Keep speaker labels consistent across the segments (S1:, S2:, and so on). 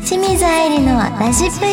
S1: 清水愛理のラジプユ。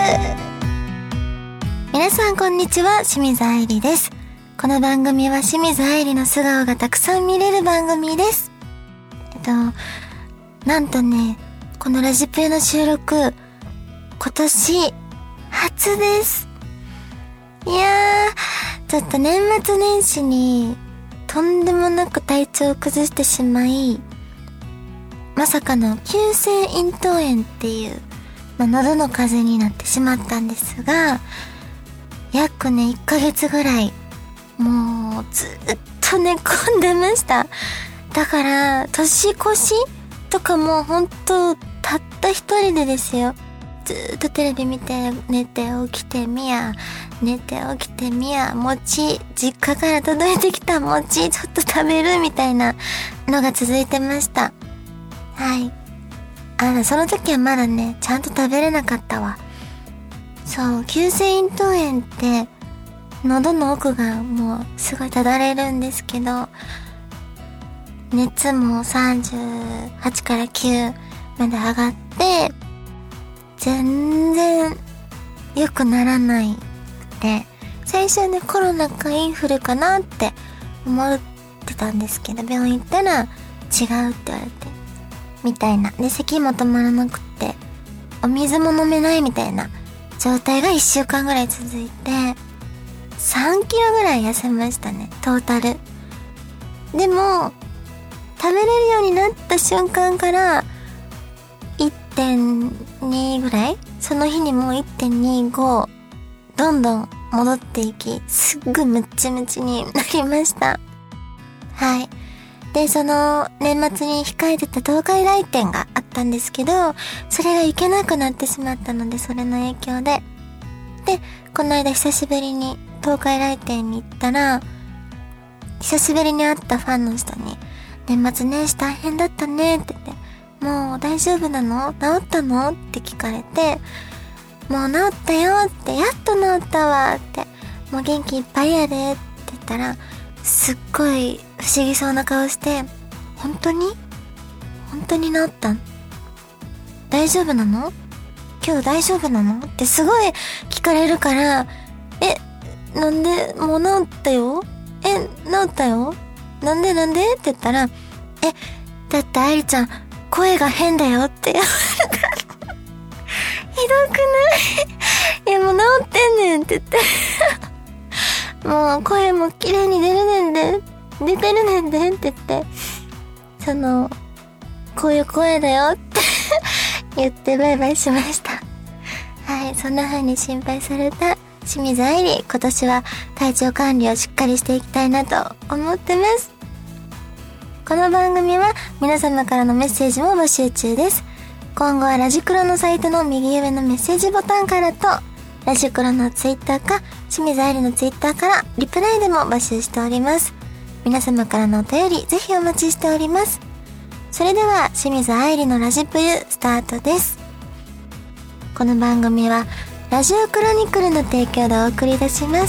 S1: 皆さんこんにちは、清水愛理です。この番組は清水愛理の素顔がたくさん見れる番組です。なんとね、このラジプユの収録、今年初です。いやー、ちょっと年末年始にとんでもなく体調を崩してしまい、まさかの急性咽頭炎っていう、喉の風邪になってしまったんですが、約ね1ヶ月ぐらいもうずっと寝込んでました。だから年越しとかもほんとたった一人でですよ、ずっとテレビ見て寝て起きてみや、寝て起きてみや、餅、実家から届いてきた餅ちょっと食べるみたいなのが続いてました。はい。その時はまだね、ちゃんと食べれなかったわ。そう、急性咽頭炎って、喉の奥がもうすごいただれるんですけど、熱も38から9まで上がって、全然良くならないで、最初ね、コロナかインフルかなって思ってたんですけど、病院行ったら違うって言われて、みたいな。で、咳も止まらなくって、お水も飲めないみたいな状態が1週間ぐらい続いて、3キロぐらい痩せましたね、トータル。でも、食べれるようになった瞬間から、1.2 ぐらい？その日にもう 1.25、どんどん戻っていき、すっぐムッチムチになりました。はい。で、その年末に控えてた東海来店があったんですけど、それが行けなくなってしまったので、それの影響で。で、この間久しぶりに東海来店に行ったら、久しぶりに会ったファンの人に、年末年始大変だったねって言って、もう大丈夫なの？治ったの？って聞かれて、もう治ったよって、やっと治ったわって、もう元気いっぱいやでって言ったら、すっごい不思議そうな顔して、本当に治ったん？大丈夫なの？今日大丈夫なの？ってすごい聞かれるから、なんで？もう治ったよ？治ったよ？なんでって言ったら、だって愛理ちゃん、声が変だよって言われた。ひどくない？もう治ってんねんって言って。もう声も綺麗に出るねんで、出てるねんでって言って、こういう声だよって言ってバイバイしました。はい、そんな風に心配された清水愛理、今年は体調管理をしっかりしていきたいなと思ってます。この番組は皆様からのメッセージも募集中です。今後はラジクロのサイトの右上のメッセージボタンからと、ラジクロのツイッターか清水愛理のツイッターからリプライでも募集しております。皆様からのお便りぜひお待ちしております。それでは清水愛理のラジプユスタートです。この番組はラジオクロニクルの提供でお送りいたします。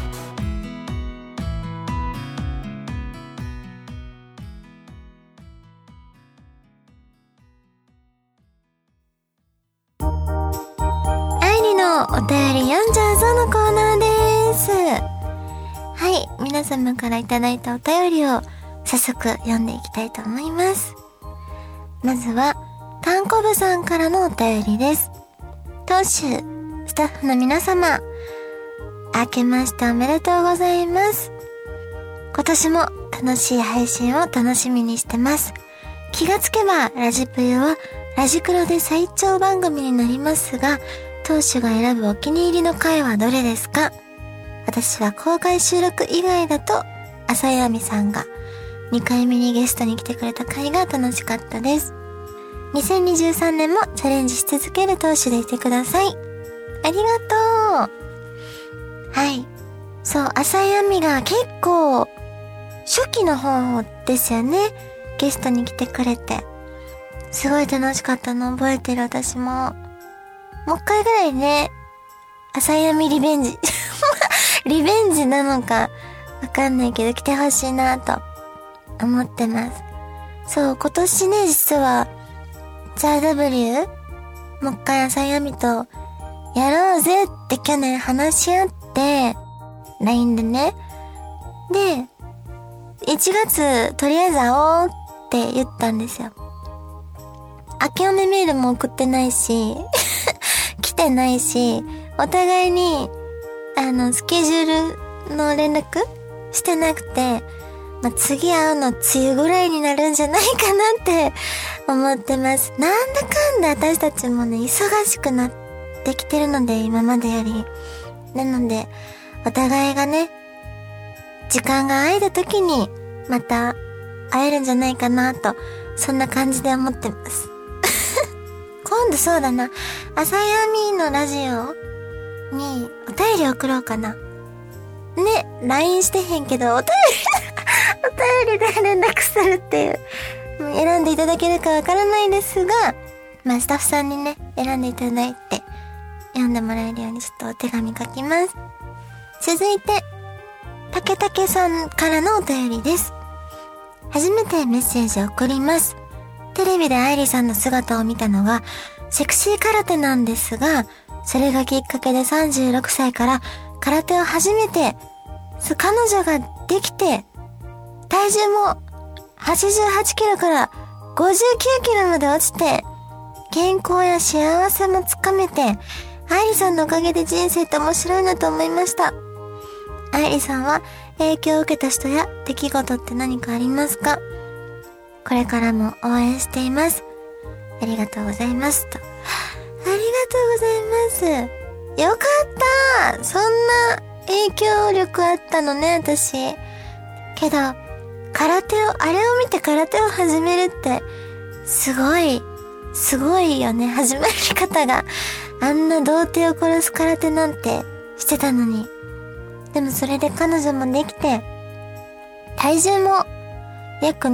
S1: お便り読んじゃうぞのコーナーです。はい、皆様からいただいたお便りを早速読んでいきたいと思います。まずはたんこぶさんからのお便りです。当主スタッフの皆様、明けましておめでとうございます。今年も楽しい配信を楽しみにしてます。気がつけばラジプユはラジクロで最長番組になりますが、当主が選ぶお気に入りの回はどれですか？私は公開収録以外だと、浅井亜美さんが2回目にゲストに来てくれた回が楽しかったです。2023年もチャレンジし続ける当主でいてください。ありがとう。はい。そう、浅井亜美が結構、初期の方ですよね。ゲストに来てくれて。すごい楽しかったの覚えてる、私も。もう一回ぐらいね、浅井亜美リベンジ。リベンジなのかわかんないけど来てほしいなと思ってます。そう、今年ね、実は、ザ・ W もう一回朝闇とやろうぜって去年話し合って、LINE でね。で、1月とりあえず会おうって言ったんですよ。明けおめメールも送ってないし、来てないし、お互いに、スケジュールの連絡してなくて、次会うの梅雨ぐらいになるんじゃないかなって思ってます。なんだかんだ私たちもね、忙しくなってきてるので、今までより。なので、お互いがね、時間が空いた時に、また会えるんじゃないかなと、そんな感じで思ってます。今度そうだな、朝闇のラジオにお便り送ろうかな。ね、LINE してへんけど、お便りで連絡するっていう。選んでいただけるかわからないですが、スタッフさんにね、選んでいただいて、読んでもらえるようにちょっとお手紙書きます。続いて、竹竹さんからのお便りです。初めてメッセージを送ります。テレビで愛理さんの姿を見たのが、セクシー空手なんですが、それがきっかけで36歳から空手を始めて、彼女ができて、体重も88キロから59キロまで落ちて、健康や幸せもつかめて、愛理さんのおかげで人生って面白いなと思いました。愛理さんは影響を受けた人や出来事って何かありますか？これからも応援しています。ありがとうございますと。ありがとうございます。よかった。そんな影響力あったのね、私。けど、あれを見て空手を始めるって、すごいよね。始まり方が。あんな童貞を殺す空手なんてしてたのに。でもそれで彼女もできて、体重も約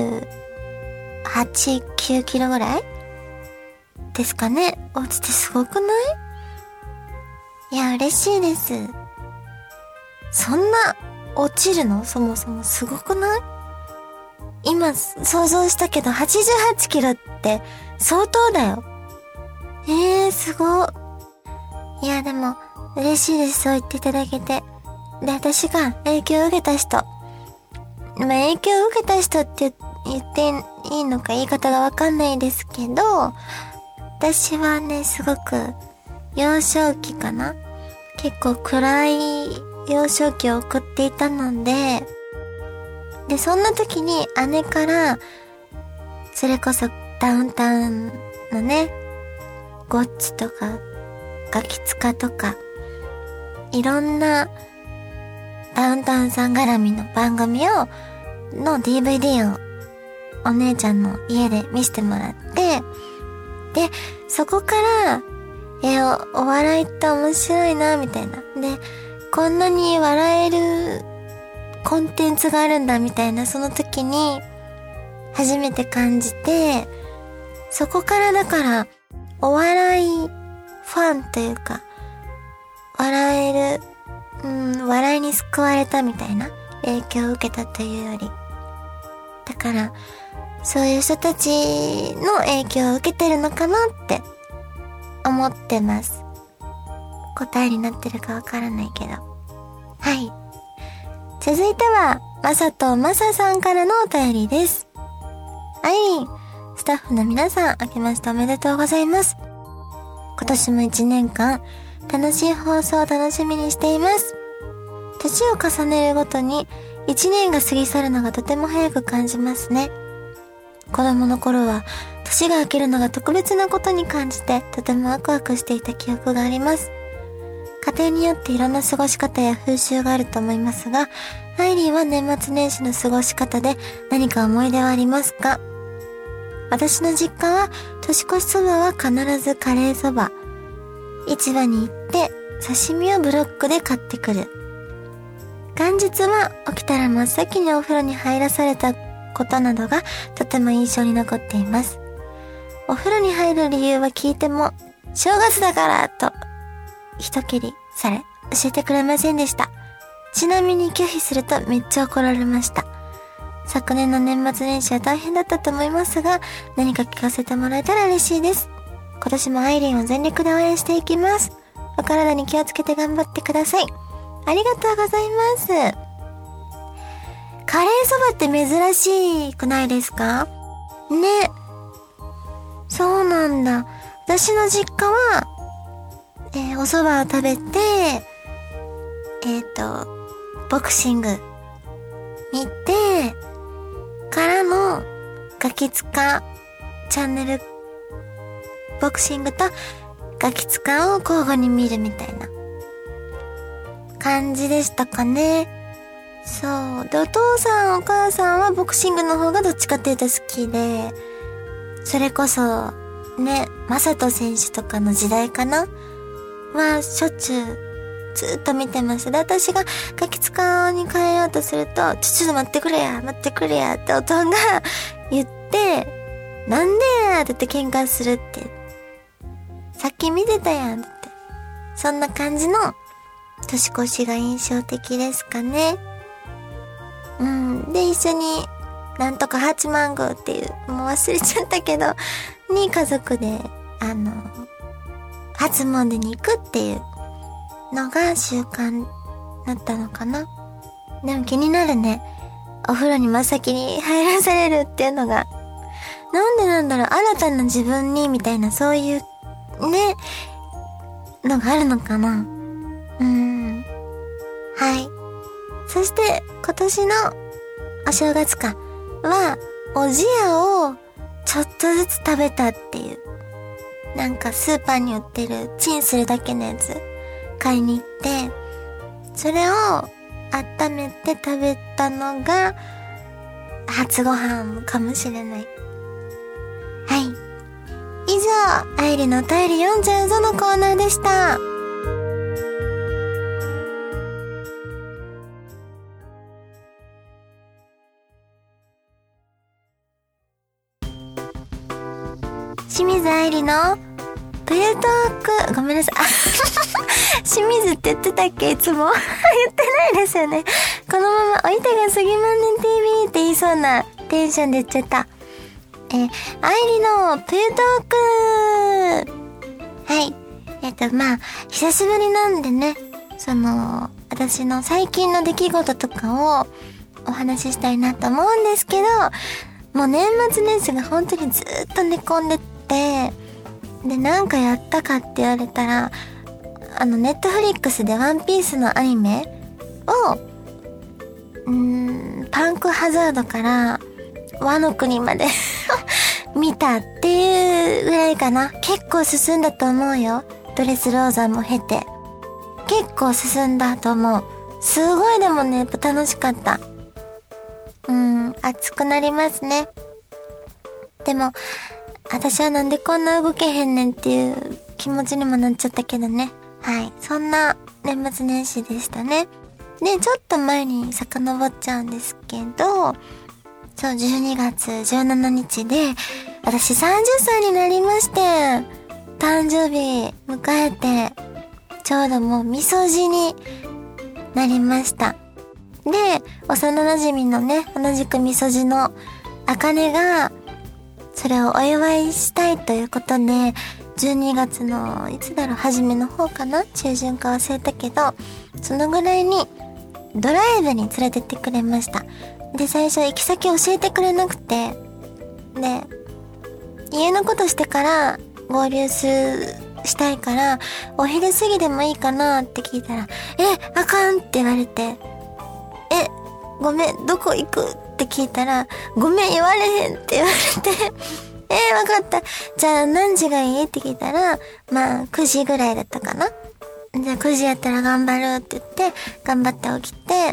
S1: 28、9キロぐらいですかね。落ちてすごくない？いや、嬉しいです。そんな落ちるの？そもそもすごくない？今想像したけど88キロって相当だよ。すごい。いや、でも嬉しいです。そう言っていただけて。で、私が影響を受けた人。影響を受けた人って言っていいのか言い方がわかんないですけど、私はね、すごく幼少期かな？結構暗い幼少期を送っていたので、そんな時に姉から、それこそダウンタウンのね、ゴッチとか、ガキツカとか、いろんなダウンタウンさん絡みの番組の DVD をお姉ちゃんの家で見せてもらって、で、そこから、お笑いって面白いな、みたいな。で、こんなに笑えるコンテンツがあるんだ、みたいな、その時に、初めて感じて、そこからだから、お笑いファンというか、笑いに救われたみたいな影響を受けたというより。だから、そういう人たちの影響を受けてるのかなって思ってます。答えになってるかわからないけど。はい。続いては、まさとまささんからのお便りです。アイリン、スタッフの皆さん、明けましておめでとうございます。今年も1年間、楽しい放送を楽しみにしています。年を重ねるごとに、1年が過ぎ去るのがとても早く感じますね。子供の頃は、年が明けるのが特別なことに感じて、とてもワクワクしていた記憶があります。家庭によっていろんな過ごし方や風習があると思いますが、アイリーは年末年始の過ごし方で何か思い出はありますか？私の実家は年越しそばは必ずカレーそば。市場に行って刺身をブロックで買ってくる。元日は起きたら真っ先にお風呂に入らされたことなどがとても印象に残っています。お風呂に入る理由は聞いても正月だからと一蹴りされ教えてくれませんでした。ちなみに拒否するとめっちゃ怒られました。昨年の年末年始は大変だったと思いますが、何か聞かせてもらえたら嬉しいです。 今年もアイリンを全力で応援していきます。お体に気をつけて頑張ってください。ありがとうございます。カレーそばって珍しくないですかね。そうなんだ。私の実家は、お蕎麦を食べて、ボクシング見てからのガキツカチャンネル、ボクシングとガキツカを交互に見るみたいな感じでしたかね。そう。で、お父さんお母さんはボクシングの方がどっちかっていうと好きで、それこそね、マサト選手とかの時代かなはしょっちゅうずっと見てました。で、私がガキ使に変えようとすると、ちょっと待ってくれやっておとんが言って、なんでやって言って喧嘩するって。さっき見てたやんって。そんな感じの年越しが印象的ですかね。で、一緒になんとか八幡宮っていう、もう忘れちゃったけど、に家族で、初詣に行くっていうのが習慣だったのかな。でも気になるね。お風呂に真っ先に入らされるっていうのが。なんでなんだろう、新たな自分にみたいな、そういうね、のがあるのかな。はい。そして今年のお正月かは、おじやをちょっとずつ食べたっていう。なんかスーパーに売ってるチンするだけのやつ買いに行って、それを温めて食べたのが初ご飯かもしれない。はい。以上、あいりのお便り読んじゃうぞのコーナーでした。清水愛理のプレトーク、ごめんなさい。清水って言ってたっけいつも。言ってないですよね。このままおいたがすぎまんねん TV って言いそうなテンションで言っちゃった。愛理のプレトーク。はい。まあ、久しぶりなんでね、私の最近の出来事とかをお話ししたいなと思うんですけど、もう年末年始が本当にずっと寝込んでて、で、なんかやったかって言われたら、ネットフリックスでワンピースのアニメを、パンクハザードからワノ国まで見たっていうぐらいかな。結構進んだと思うよ。ドレスローザンも経て。結構進んだと思う。すごいでもね、やっぱ楽しかった。熱くなりますね。でも、私はなんでこんな動けへんねんっていう気持ちにもなっちゃったけどね。はい。そんな年末年始でしたね。で、ちょっと前に遡っちゃうんですけど、そう、12月17日で、私30歳になりまして、誕生日迎えて、ちょうどもうみそじになりました。で、幼馴染のね、同じくみそじのあかねが、それをお祝いしたいということで、12月の、いつだろう、初めの方かな？中旬か忘れたけど、そのぐらいに、ドライブに連れてってくれました。で、最初行き先教えてくれなくて、で、家のことしてから合流したいから、お昼過ぎでもいいかなって聞いたら、あかんって言われて、ごめん、どこ行くって聞いたら、ごめん、言われへんって言われて、わかった。じゃあ何時がいいって聞いたら、まあ、9時ぐらいだったかな。じゃあ9時やったら頑張るって言って、頑張って起きて、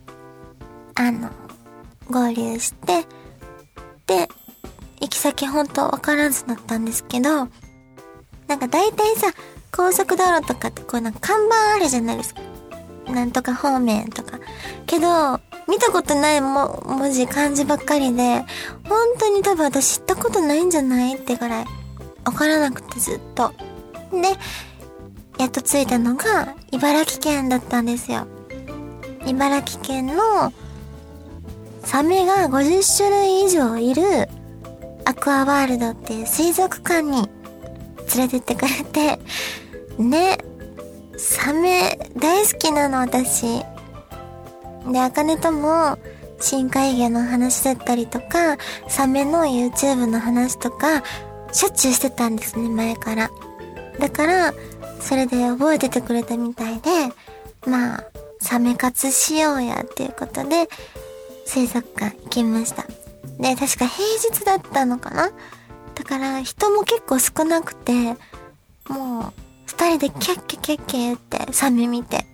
S1: 合流して、で、行き先ほんとわからずだったんですけど、なんか大体さ、高速道路とかってこうなんか看板あるじゃないですか。なんとか方面とか。けど、見たことない文字、漢字ばっかりで、本当に多分私知ったことないんじゃないってぐらい、わからなくてずっと。で、やっと着いたのが、茨城県だったんですよ。茨城県の、サメが50種類以上いる、アクアワールドっていう水族館に連れてってくれて、ね、サメ大好きなの私。で、あかねとも深海魚の話だったりとか、サメの YouTube の話とか、しょっちゅうしてたんですね、前から。だから、それで覚えててくれたみたいで、まあ、サメ活しようやっていうことで、水族館行きました。で、確か平日だったのかな？だから人も結構少なくて、もう二人でキャッキャキャッキャ言ってサメ見て。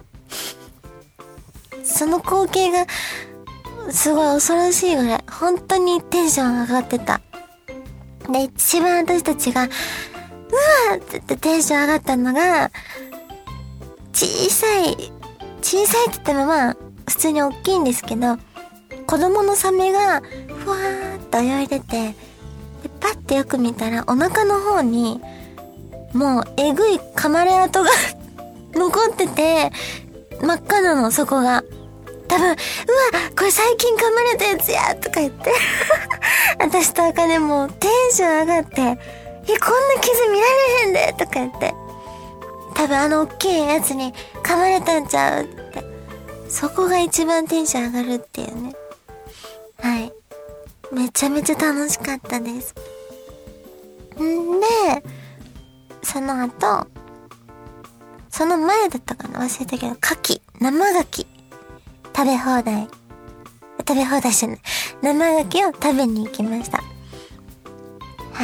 S1: その光景がすごい恐ろしいぐらい、本当にテンション上がってた。で、一番私たちが、うわーって言ってテンション上がったのが、小さいって言ってもまあ、普通に大きいんですけど、子供のサメが、ふわーっと泳いでて、で、パッてよく見たら、お腹の方に、もう、えぐい噛まれ跡が残ってて、真っ赤なの、そこが。多分、うわ、これ最近噛まれたやつやとか言って。私とあかねもテンション上がって、こんな傷見られへんでとか言って。多分大きいやつに噛まれたんちゃうって。そこが一番テンション上がるっていうね。はい。めちゃめちゃ楽しかったです。んで、その後、その前だったかな忘れたけど、生牡蠣。食べ放題じゃない。生牡蠣を食べに行きました。はい。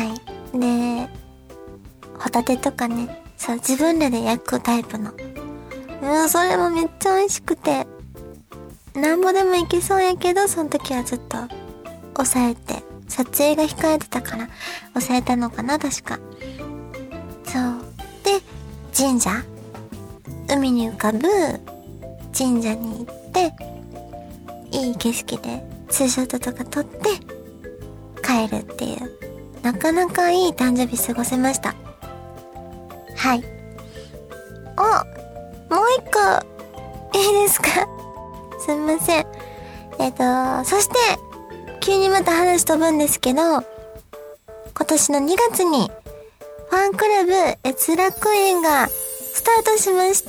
S1: で、ホタテとかね、そう、自分らで焼くタイプの。それもめっちゃ美味しくて、なんぼでもいけそうやけど、その時はちょっと、抑えて、撮影が控えてたから、抑えたのかな、確か。そう。で、神社？海に浮かぶ神社に行って、いい景色でツーショットとか撮って帰るっていう、なかなかいい誕生日過ごせました。はい。もう一個いいですか？すみません。そして急にまた話飛ぶんですけど、今年の2月にファンクラブ閲楽園がスタートしました。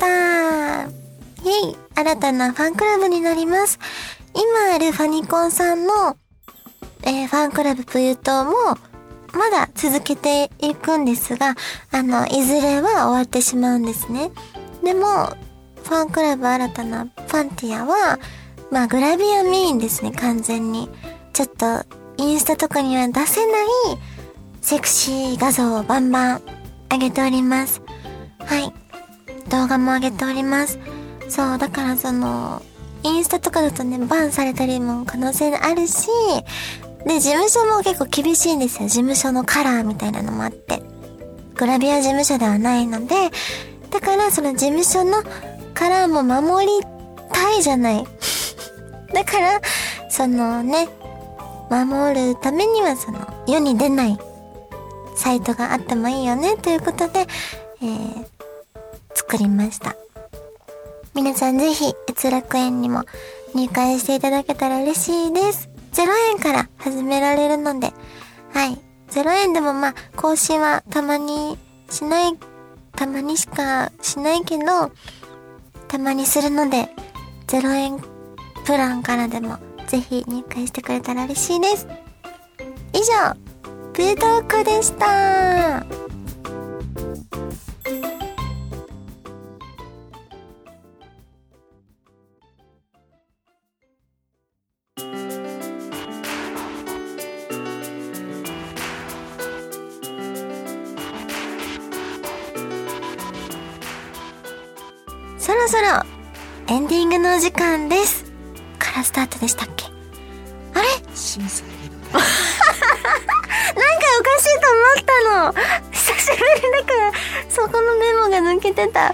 S1: イェイ！新たなファンクラブになります。今あるファニコンさんの、ファンクラブプユトもまだ続けていくんですが、いずれは終わってしまうんですね。でも、ファンクラブ新たなファンティアは、まあグラビアメインですね、完全に。ちょっと、インスタとかには出せないセクシー画像をバンバン上げております。はい。動画も上げております。そう、だからインスタとかだとね、バンされたりも可能性あるし、で、事務所も結構厳しいんですよ。事務所のカラーみたいなのもあって。グラビア事務所ではないので、だからその事務所のカラーも守りたいじゃない。だから、守るためには世に出ないサイトがあってもいいよね、ということで、作りました。皆さんぜひ、閲楽園にも入会していただけたら嬉しいです。0円から始められるので、はい。0円でもまあ、更新はたまにしかしないけど、たまにするので、0円プランからでもぜひ入会してくれたら嬉しいです。以上、プユトークでした。そろそろエンディングのお時間です。からスタートでしたっけ？あれ？
S2: 審査入りのね。
S1: なんかおかしいと思ったの。久しぶりだからそこのメモが抜けてた。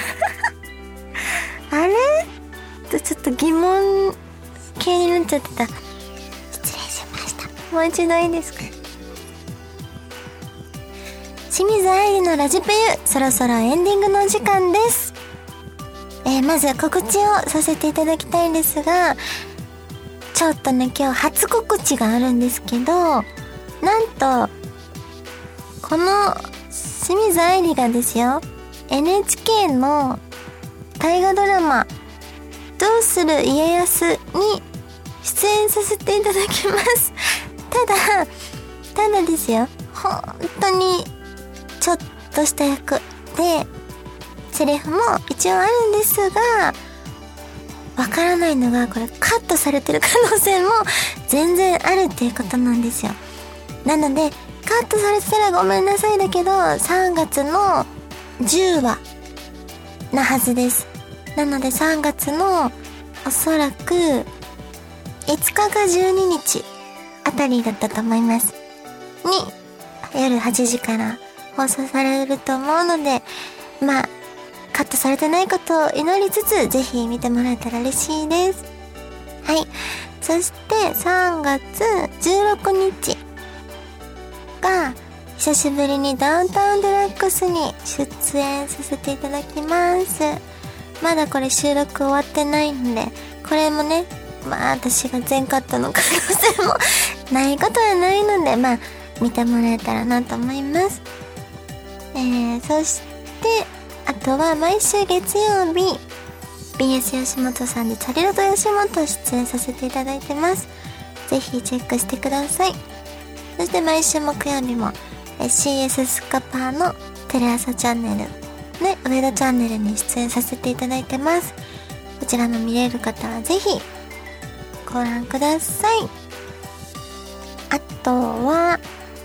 S1: あれ？ちょっと疑問系になっちゃってた。失礼しました。もう一度いいですか？清水愛理のラジプユ、そろそろエンディングのお時間です。まず告知をさせていただきたいんですが、ちょっとね、今日初告知があるんですけど、なんと、この清水愛理がですよ、NHK の大河ドラマどうする家康に出演させていただきます。ただですよ、本当にちょっとした役で、セリフも一応あるんですが、わからないのが、これカットされてる可能性も全然あるっていうことなんですよ。なのでカットされてたらごめんなさいだけど、3月の10話なはずです。なので3月のおそらく5日か12日あたりだったと思いますに、夜8時から放送されると思うので、まあカットされてないことを祈りつつ、ぜひ見てもらえたら嬉しいです。はい。そして3月16日が久しぶりにダウンタウンデラックスに出演させていただきます。まだこれ収録終わってないんで、これもね、まあ私が全カットの可能性もないことはないので、まあ見てもらえたらなと思います。そしてあとは毎週月曜日 BS 吉本さんでチャリロと吉本出演させていただいてます。ぜひチェックしてください。そして毎週木曜日も CS スカパーのテレ朝チャンネルね、上田チャンネルに出演させていただいてます。こちらも見れる方はぜひご覧ください。あとは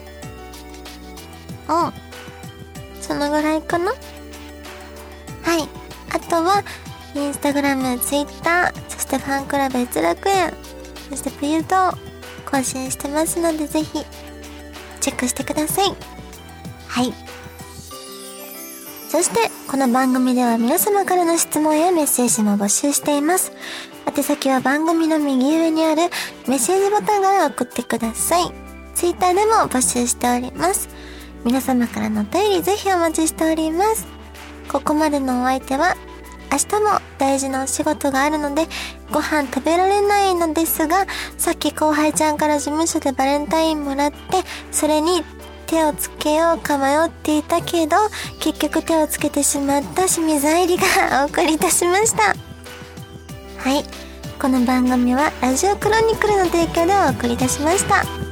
S1: そのぐらいかな。はい。あとはインスタグラム、ツイッター、そしてファンクラブ閲楽園、そして冬と更新してますので、ぜひチェックしてください。はい。そしてこの番組では皆様からの質問やメッセージも募集しています。宛先は番組の右上にあるメッセージボタンから送ってください。ツイッターでも募集しております。皆様からのお便りぜひお待ちしております。ここまでのお相手は、明日も大事なお仕事があるのでご飯食べられないのですが、さっき後輩ちゃんから事務所でバレンタインもらって、それに手をつけようか迷っていたけど結局手をつけてしまった清水愛理がお送りいたしました。はい。この番組はラジオクロニクルの提供でお送りいたしました。